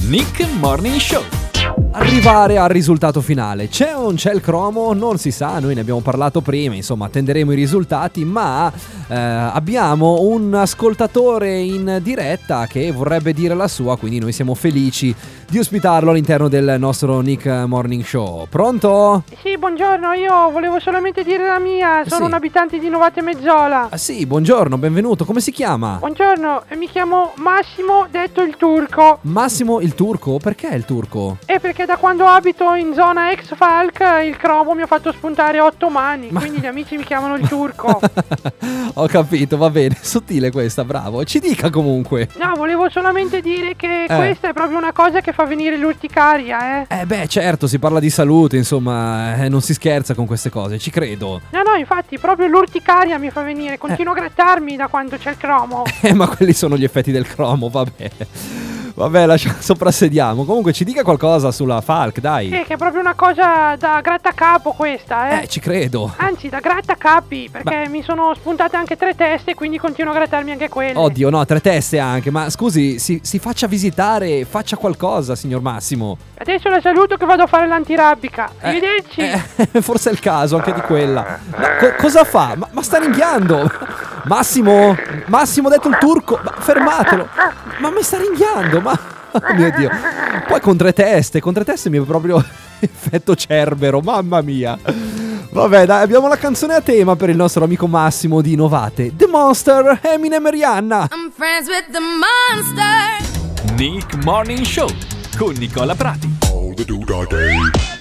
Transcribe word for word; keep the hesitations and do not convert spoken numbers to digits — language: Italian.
Nick Morning Show. Arrivare al risultato finale. C'è o non c'è il cromo? Non si sa, noi ne abbiamo parlato prima, insomma attenderemo i risultati, ma eh, abbiamo un ascoltatore in diretta che vorrebbe dire la sua, quindi noi siamo felici di ospitarlo all'interno del nostro Nick Morning Show. Pronto? Sì, buongiorno, io volevo solamente dire la mia, sono Sì. un abitante di Novate Mezzola. Ah sì, buongiorno, benvenuto, come si chiama? Buongiorno, e mi chiamo Massimo, detto il turco. Massimo il turco? Perché il turco? E perché da quando abito in zona ex Falk il cromo mi ha fatto spuntare otto mani, Ma- quindi gli amici mi chiamano il turco. Ho capito, va bene, sottile questa, bravo. Ci dica comunque. No, volevo solamente dire che Eh. questa è proprio una cosa che fa venire l'urticaria, eh. Eh beh, certo, si parla di salute, insomma, eh, non si scherza con queste cose, ci credo. No, no, infatti proprio l'urticaria mi fa venire, continuo a grattarmi da quando c'è il cromo. Eh, ma quelli sono gli effetti del cromo, vabbè. Vabbè, lascia, soprassediamo. Comunque ci dica qualcosa sulla Falk, dai. Eh, che è proprio una cosa da grattacapo questa, eh. Eh, ci credo. Anzi, da grattacapi, perché mi sono spuntate anche tre teste, quindi continuo a grattarmi anche quelle. Oddio, no, tre teste anche. Ma scusi, si, si faccia visitare, faccia qualcosa, signor Massimo. Adesso la saluto che vado a fare l'antirabbica. Eh, Arrivederci. eh, forse è il caso anche di quella. Ma co- cosa fa? Ma, ma sta ringhiando. Massimo, Massimo, detto il turco. Ma fermatelo. Ma mi sta ringhiando, ma... Oh mio Dio. Poi con tre teste, con tre teste mi è proprio effetto Cerbero, mamma mia. Vabbè, dai, abbiamo la canzone a tema per il nostro amico Massimo di Novate. The Monster, Eminem e Rihanna. I'm friends with the monster. Nick Morning Show con Nicola Prati. All the do-da day.